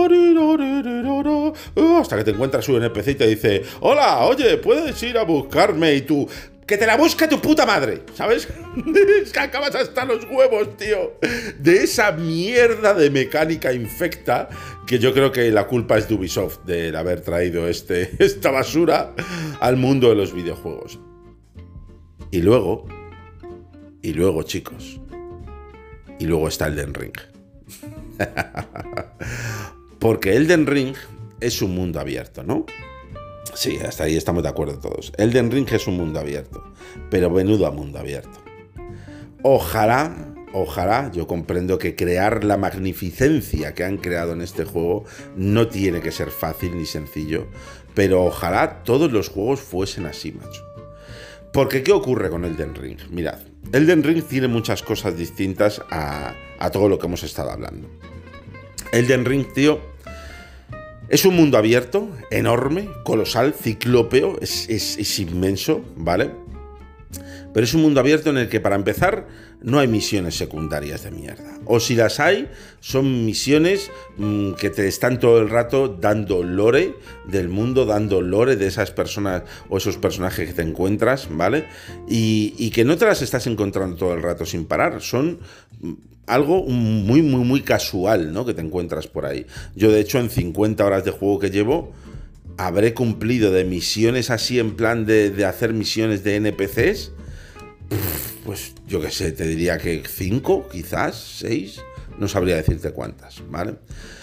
A: hasta que te encuentras un N P C y te dice, hola, oye, ¿puedes ir a buscarme? Y tú, que te la busque tu puta madre, ¿sabes? Es que acabas hasta los huevos, tío, de esa mierda de mecánica infecta, que yo creo que la culpa es de Ubisoft, de haber traído este, esta basura al mundo de los videojuegos. Y luego, y luego, chicos, y luego está Elden Ring. Porque Elden Ring es un mundo abierto, ¿no? Sí, hasta ahí estamos de acuerdo todos. Elden Ring es un mundo abierto, pero menudo a mundo abierto. Ojalá, ojalá, yo comprendo que crear la magnificencia que han creado en este juego no tiene que ser fácil ni sencillo, pero ojalá todos los juegos fuesen así, macho. Porque, ¿qué ocurre con Elden Ring? Mirad, Elden Ring tiene muchas cosas distintas a, a todo lo que hemos estado hablando. Elden Ring, tío, es un mundo abierto, enorme, colosal, ciclópeo, es, es, es inmenso, ¿vale? Pero es un mundo abierto en el que, para empezar, no hay misiones secundarias de mierda. O si las hay, son misiones mmm, que te están todo el rato dando lore del mundo, dando lore de esas personas o esos personajes que te encuentras, ¿vale? Y, y que no te las estás encontrando todo el rato sin parar. Son algo muy, muy, muy casual, ¿no? Que te encuentras por ahí. Yo, de hecho, en cincuenta horas de juego que llevo, habré cumplido de misiones así en plan de, de hacer misiones de N P Cs. Pues yo qué sé, te diría que cinco, quizás, seis, no sabría decirte cuántas, ¿vale?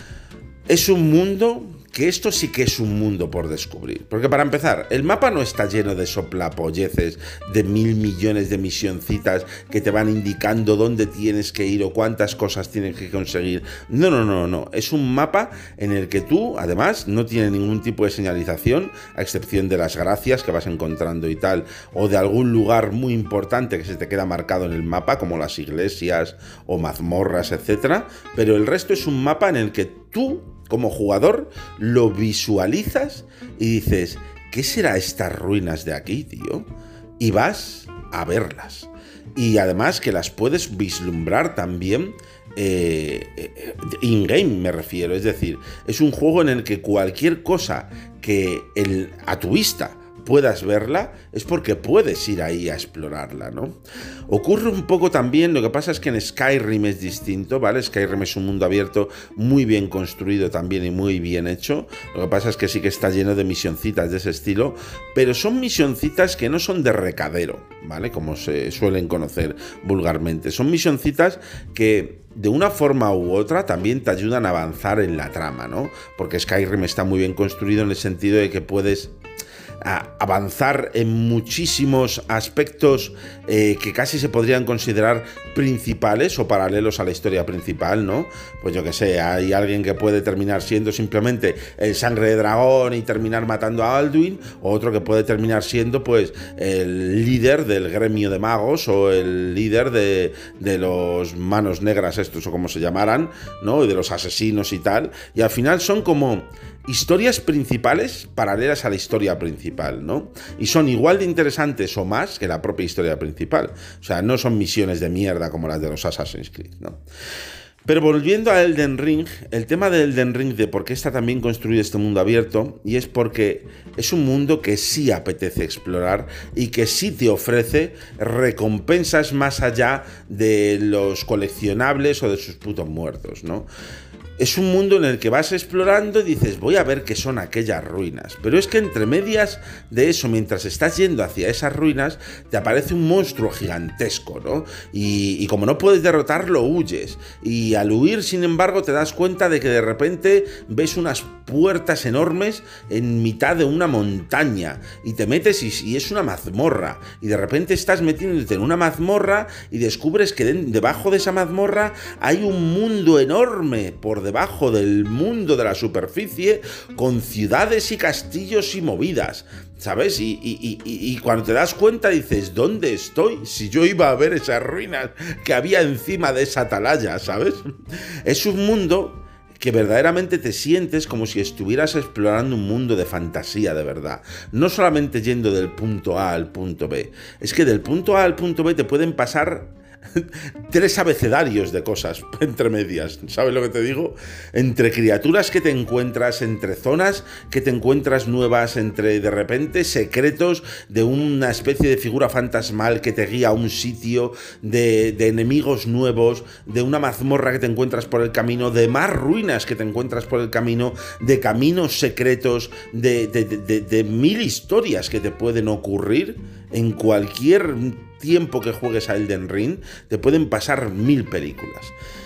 A: Es un mundo que esto sí que es un mundo por descubrir. Porque, para empezar, el mapa no está lleno de soplapolleces, de mil millones de misioncitas que te van indicando dónde tienes que ir o cuántas cosas tienes que conseguir. No, no, no, no. Es un mapa en el que tú, además, no tiene ningún tipo de señalización, a excepción de las gracias que vas encontrando y tal, o de algún lugar muy importante que se te queda marcado en el mapa, como las iglesias o mazmorras, etcétera. Pero el resto es un mapa en el que tú, como jugador, lo visualizas y dices, ¿qué será estas ruinas de aquí, tío? Y vas a verlas. Y además que las puedes vislumbrar también eh, in-game, me refiero. Es decir, es un juego en el que cualquier cosa que el, a tu vista puedas verla, es porque puedes ir ahí a explorarla, ¿no? Ocurre un poco también, lo que pasa es que en Skyrim es distinto, ¿vale? Skyrim es un mundo abierto muy bien construido también y muy bien hecho. Lo que pasa es que sí que está lleno de misioncitas de ese estilo, pero son misioncitas que no son de recadero, ¿vale? Como se suelen conocer vulgarmente. Son misioncitas que, de una forma u otra, también te ayudan a avanzar en la trama, ¿no? Porque Skyrim está muy bien construido en el sentido de que puedes a avanzar en muchísimos aspectos eh, que casi se podrían considerar principales o paralelos a la historia principal, ¿no? Pues yo que sé, hay alguien que puede terminar siendo simplemente el sangre de dragón y terminar matando a Alduin, o otro que puede terminar siendo pues el líder del gremio de magos o el líder de, de los manos negras estos o como se llamaran, ¿no? Y de los asesinos y tal, y al final son como historias principales paralelas a la historia principal, ¿no? Y son igual de interesantes o más que la propia historia principal. O sea, no son misiones de mierda como las de los Assassin's Creed, ¿no? Pero volviendo a Elden Ring, el tema de Elden Ring, de por qué está tan bien construido este mundo abierto, y es porque es un mundo que sí apetece explorar y que sí te ofrece recompensas más allá de los coleccionables o de sus putos muertos, ¿no? Es un mundo en el que vas explorando y dices, voy a ver qué son aquellas ruinas. Pero es que entre medias de eso, mientras estás yendo hacia esas ruinas, te aparece un monstruo gigantesco, ¿no? Y, y como no puedes derrotarlo, huyes. Y al huir, sin embargo, te das cuenta de que de repente ves unas puertas enormes en mitad de una montaña. Y te metes y, y es una mazmorra. Y de repente estás metiéndote en una mazmorra y descubres que de, debajo de esa mazmorra hay un mundo enorme por debajo del mundo de la superficie, con ciudades y castillos y movidas, ¿sabes? Y, y, y, y cuando te das cuenta dices, ¿dónde estoy? Si yo iba a ver esas ruinas que había encima de esa atalaya, ¿sabes? Es un mundo que verdaderamente te sientes como si estuvieras explorando un mundo de fantasía de verdad. No solamente yendo del punto A al punto B. Es que del punto A al punto B te pueden pasar tres abecedarios de cosas entre medias, ¿sabes lo que te digo? Entre criaturas que te encuentras, entre zonas que te encuentras nuevas, entre de repente secretos de una especie de figura fantasmal que te guía a un sitio, de, de enemigos nuevos, de una mazmorra que te encuentras por el camino, de más ruinas que te encuentras por el camino, de caminos secretos, de, de, de, de, de mil historias que te pueden ocurrir en cualquier tiempo que juegues a Elden Ring. Te pueden pasar mil películas.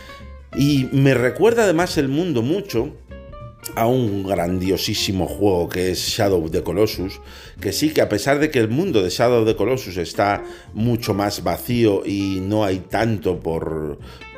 A: Y me recuerda además el mundo mucho a un grandiosísimo juego que es Shadow of the Colossus, que sí, que a pesar de que el mundo de Shadow of the Colossus está mucho más vacío y no hay tanto por,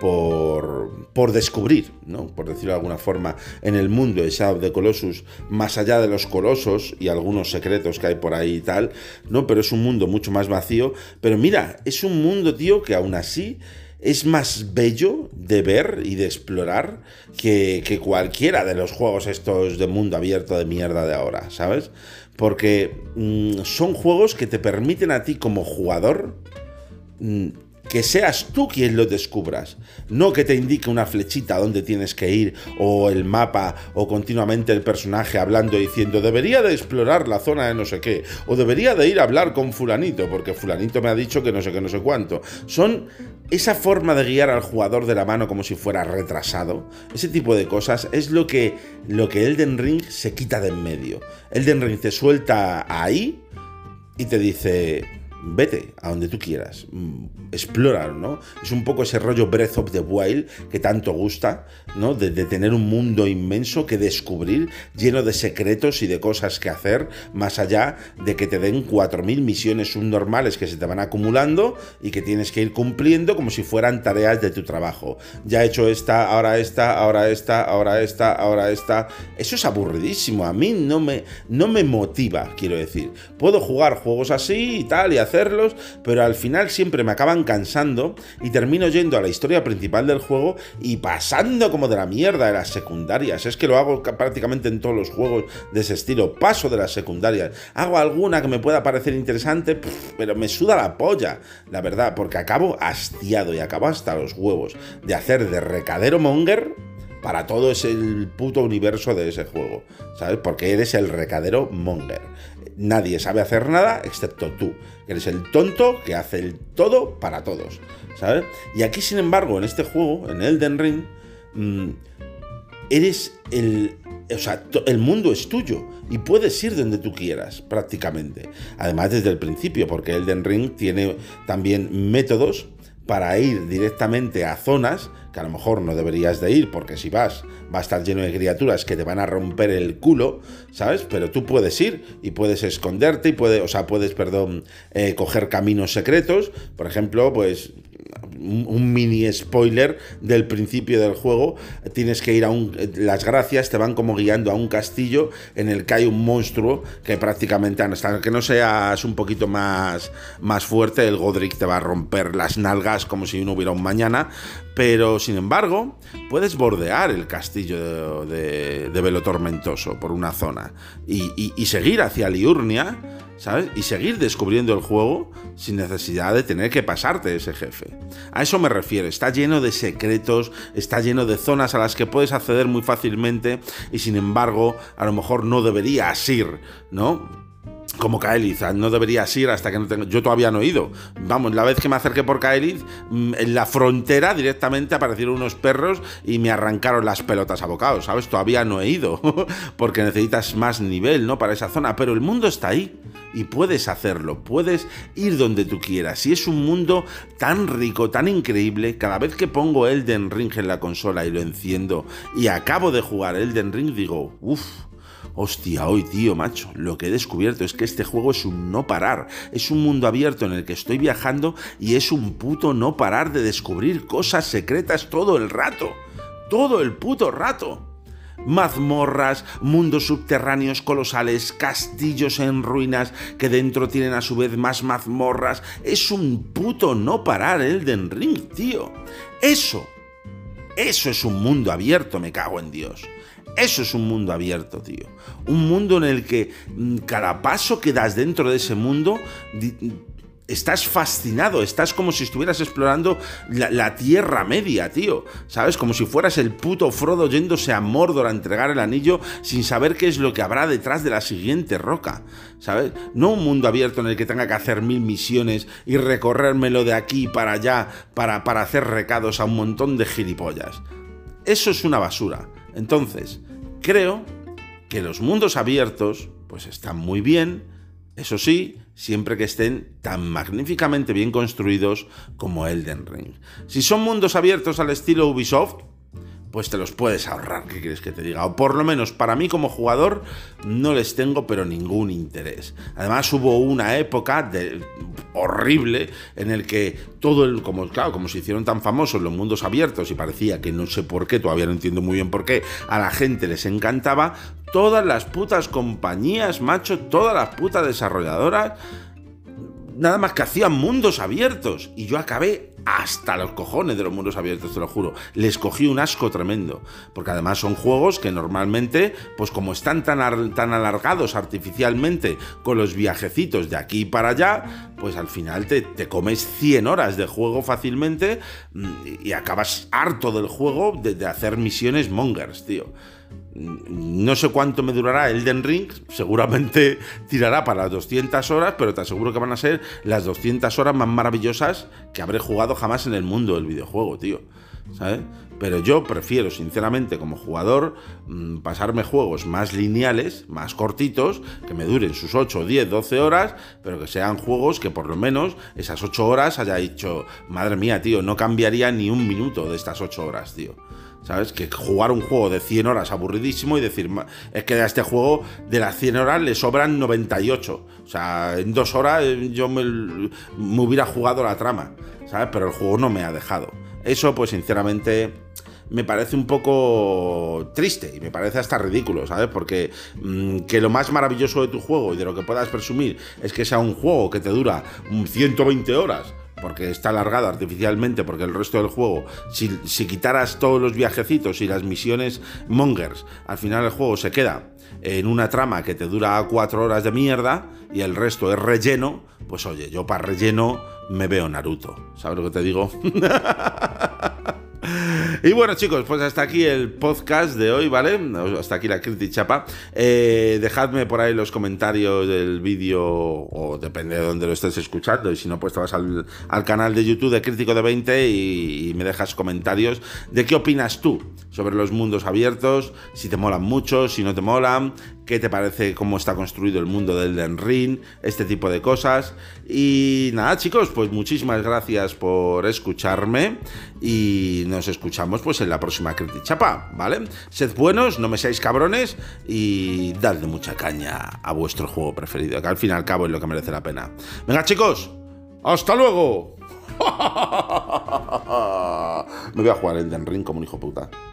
A: por, por descubrir, ¿no? Por decirlo de alguna forma, en el mundo de Shadow of the Colossus, más allá de los colosos y algunos secretos que hay por ahí y tal, ¿no? Pero es un mundo mucho más vacío. Pero mira, es un mundo, tío, que aún así es más bello de ver y de explorar que, que cualquiera de los juegos estos de mundo abierto de mierda de ahora, ¿sabes? Porque mmm, son juegos que te permiten a ti como jugador mmm, que seas tú quien lo descubras, no que te indique una flechita a dónde tienes que ir, o el mapa, o continuamente el personaje hablando diciendo debería de explorar la zona de no sé qué, o debería de ir a hablar con fulanito porque fulanito me ha dicho que no sé qué, no sé cuánto. Son esa forma de guiar al jugador de la mano como si fuera retrasado. Ese tipo de cosas es lo que, lo que Elden Ring se quita de en medio. Elden Ring te suelta ahí y te dice: vete a donde tú quieras, explóralo, ¿no? Es un poco ese rollo Breath of the Wild que tanto gusta, ¿no? De, de tener un mundo inmenso que descubrir, lleno de secretos y de cosas que hacer, más allá de que te den cuatro mil misiones subnormales que se te van acumulando y que tienes que ir cumpliendo como si fueran tareas de tu trabajo. Ya he hecho esta, ahora esta, ahora esta, ahora esta, ahora esta. Eso es aburridísimo, a mí no me, no me motiva, quiero decir. Puedo jugar juegos así y tal y hacer hacerlos, pero al final siempre me acaban cansando y termino yendo a la historia principal del juego y pasando como de la mierda de las secundarias. Es que lo hago prácticamente en todos los juegos de ese estilo. Paso de las secundarias. Hago alguna que me pueda parecer interesante, pero me suda la polla, la verdad, porque acabo hastiado y acabo hasta los huevos de hacer de recadero monger para todo ese el puto universo de ese juego, ¿sabes? Porque eres el recadero monger. Nadie sabe hacer nada excepto tú. Eres el tonto que hace el todo para todos, ¿sabes? Y aquí, sin embargo, en este juego, en Elden Ring, mmm, eres el... O sea, el mundo es tuyo y puedes ir donde tú quieras, prácticamente. Además, desde el principio, porque Elden Ring tiene también métodos para ir directamente a zonas que a lo mejor no deberías de ir, porque si vas va a estar lleno de criaturas que te van a romper el culo, ¿sabes? Pero tú puedes ir y puedes esconderte y puedes, o sea, puedes, perdón, eh, coger caminos secretos. Por ejemplo, pues un, un mini spoiler del principio del juego, tienes que ir a un... Las gracias te van como guiando a un castillo en el que hay un monstruo que prácticamente, hasta que no seas un poquito más, más fuerte, el Godric te va a romper las nalgas como si no hubiera un mañana. Pero, sin embargo, puedes bordear el castillo de, de, de Velo Tormentoso por una zona y, y, y seguir hacia Liurnia, ¿sabes? Y seguir descubriendo el juego sin necesidad de tener que pasarte ese jefe. A eso me refiero, está lleno de secretos, está lleno de zonas a las que puedes acceder muy fácilmente y, sin embargo, a lo mejor no deberías ir, ¿no? Como Caelid, no deberías ir hasta que no tenga... Yo todavía no he ido. Vamos, la vez que me acerqué por Caelid, en la frontera directamente aparecieron unos perros y me arrancaron las pelotas a bocados, ¿sabes? Todavía no he ido, porque necesitas más nivel, ¿no? Para esa zona, pero el mundo está ahí y puedes hacerlo, puedes ir donde tú quieras. Y es un mundo tan rico, tan increíble. Cada vez que pongo Elden Ring en la consola y lo enciendo y acabo de jugar Elden Ring, digo, uff, hostia, hoy, tío, macho, lo que he descubierto es que este juego es un no parar, es un mundo abierto en el que estoy viajando y es un puto no parar de descubrir cosas secretas todo el rato, todo el puto rato. Mazmorras, mundos subterráneos colosales, castillos en ruinas que dentro tienen a su vez más mazmorras. Es un puto no parar Elden Ring, tío. Eso, eso es un mundo abierto, me cago en Dios. Eso es un mundo abierto, tío. Un mundo en el que cada paso que das dentro de ese mundo estás fascinado, estás como si estuvieras explorando la, la Tierra Media, tío. ¿Sabes? Como si fueras el puto Frodo yéndose a Mordor a entregar el anillo sin saber qué es lo que habrá detrás de la siguiente roca, ¿sabes? No un mundo abierto en el que tenga que hacer mil misiones y recorrérmelo de aquí para allá para, para hacer recados a un montón de gilipollas. Eso es una basura. Entonces, creo que los mundos abiertos pues están muy bien, eso sí, siempre que estén tan magníficamente bien construidos como Elden Ring. Si son mundos abiertos al estilo Ubisoft, pues te los puedes ahorrar, ¿qué quieres que te diga? O por lo menos para mí como jugador no les tengo pero ningún interés. Además hubo una época de, horrible en el que todo el, como claro, como se hicieron tan famosos los mundos abiertos y parecía que no sé por qué, todavía no entiendo muy bien por qué, a la gente les encantaba, todas las putas compañías, macho, todas las putas desarrolladoras, nada más que hacían mundos abiertos y yo acabé hasta los cojones de los mundos abiertos, te lo juro. Les cogí un asco tremendo, porque además son juegos que normalmente, pues como están tan, tan alargados artificialmente con los viajecitos de aquí para allá, pues al final te, te comes cien horas de juego fácilmente y acabas harto del juego de, de hacer misiones mongers, tío. No sé cuánto me durará Elden Ring, seguramente tirará para las doscientas horas, pero te aseguro que van a ser las doscientas horas más maravillosas que habré jugado jamás en el mundo del videojuego, tío, ¿sabes? Pero yo prefiero, sinceramente, como jugador, mmm, pasarme juegos más lineales, más cortitos, que me duren sus ocho, diez, doce horas, pero que sean juegos que por lo menos esas ocho horas haya dicho, madre mía, tío, no cambiaría ni un minuto de estas ocho horas, tío. ¿Sabes? Que jugar un juego de cien horas aburridísimo y decir, es que a este juego de las cien horas le sobran noventa y ocho. O sea, en dos horas yo me, me hubiera jugado la trama, ¿sabes? Pero el juego no me ha dejado. Eso, pues sinceramente, me parece un poco triste y me parece hasta ridículo, ¿sabes? Porque mmm, que lo más maravilloso de tu juego y de lo que puedas presumir es que sea un juego que te dura ciento veinte horas, porque está alargado artificialmente, porque el resto del juego, si, si quitaras todos los viajecitos y las misiones mongers, al final el juego se queda en una trama que te dura cuatro horas de mierda y el resto es relleno, pues oye, yo para relleno me veo Naruto, ¿sabes lo que te digo? Y bueno, chicos, pues hasta aquí el podcast de hoy, ¿vale? Hasta aquí la Criti Chapa. Eh, dejadme por ahí los comentarios del vídeo, o depende de dónde lo estés escuchando, y si no, pues te vas al, al canal de YouTube de Crítico de veinte y, y me dejas comentarios de qué opinas tú sobre los mundos abiertos, si te molan mucho, si no te molan, qué te parece cómo está construido el mundo del Elden Ring, este tipo de cosas. Y nada, chicos, pues muchísimas gracias por escucharme y nos escuchamos pues en la próxima Critichapa, ¿vale? Sed buenos, no me seáis cabrones y dadle mucha caña a vuestro juego preferido, que al fin y al cabo es lo que merece la pena. Venga, chicos, ¡hasta luego! Me voy a jugar Elden Ring como un hijo puta.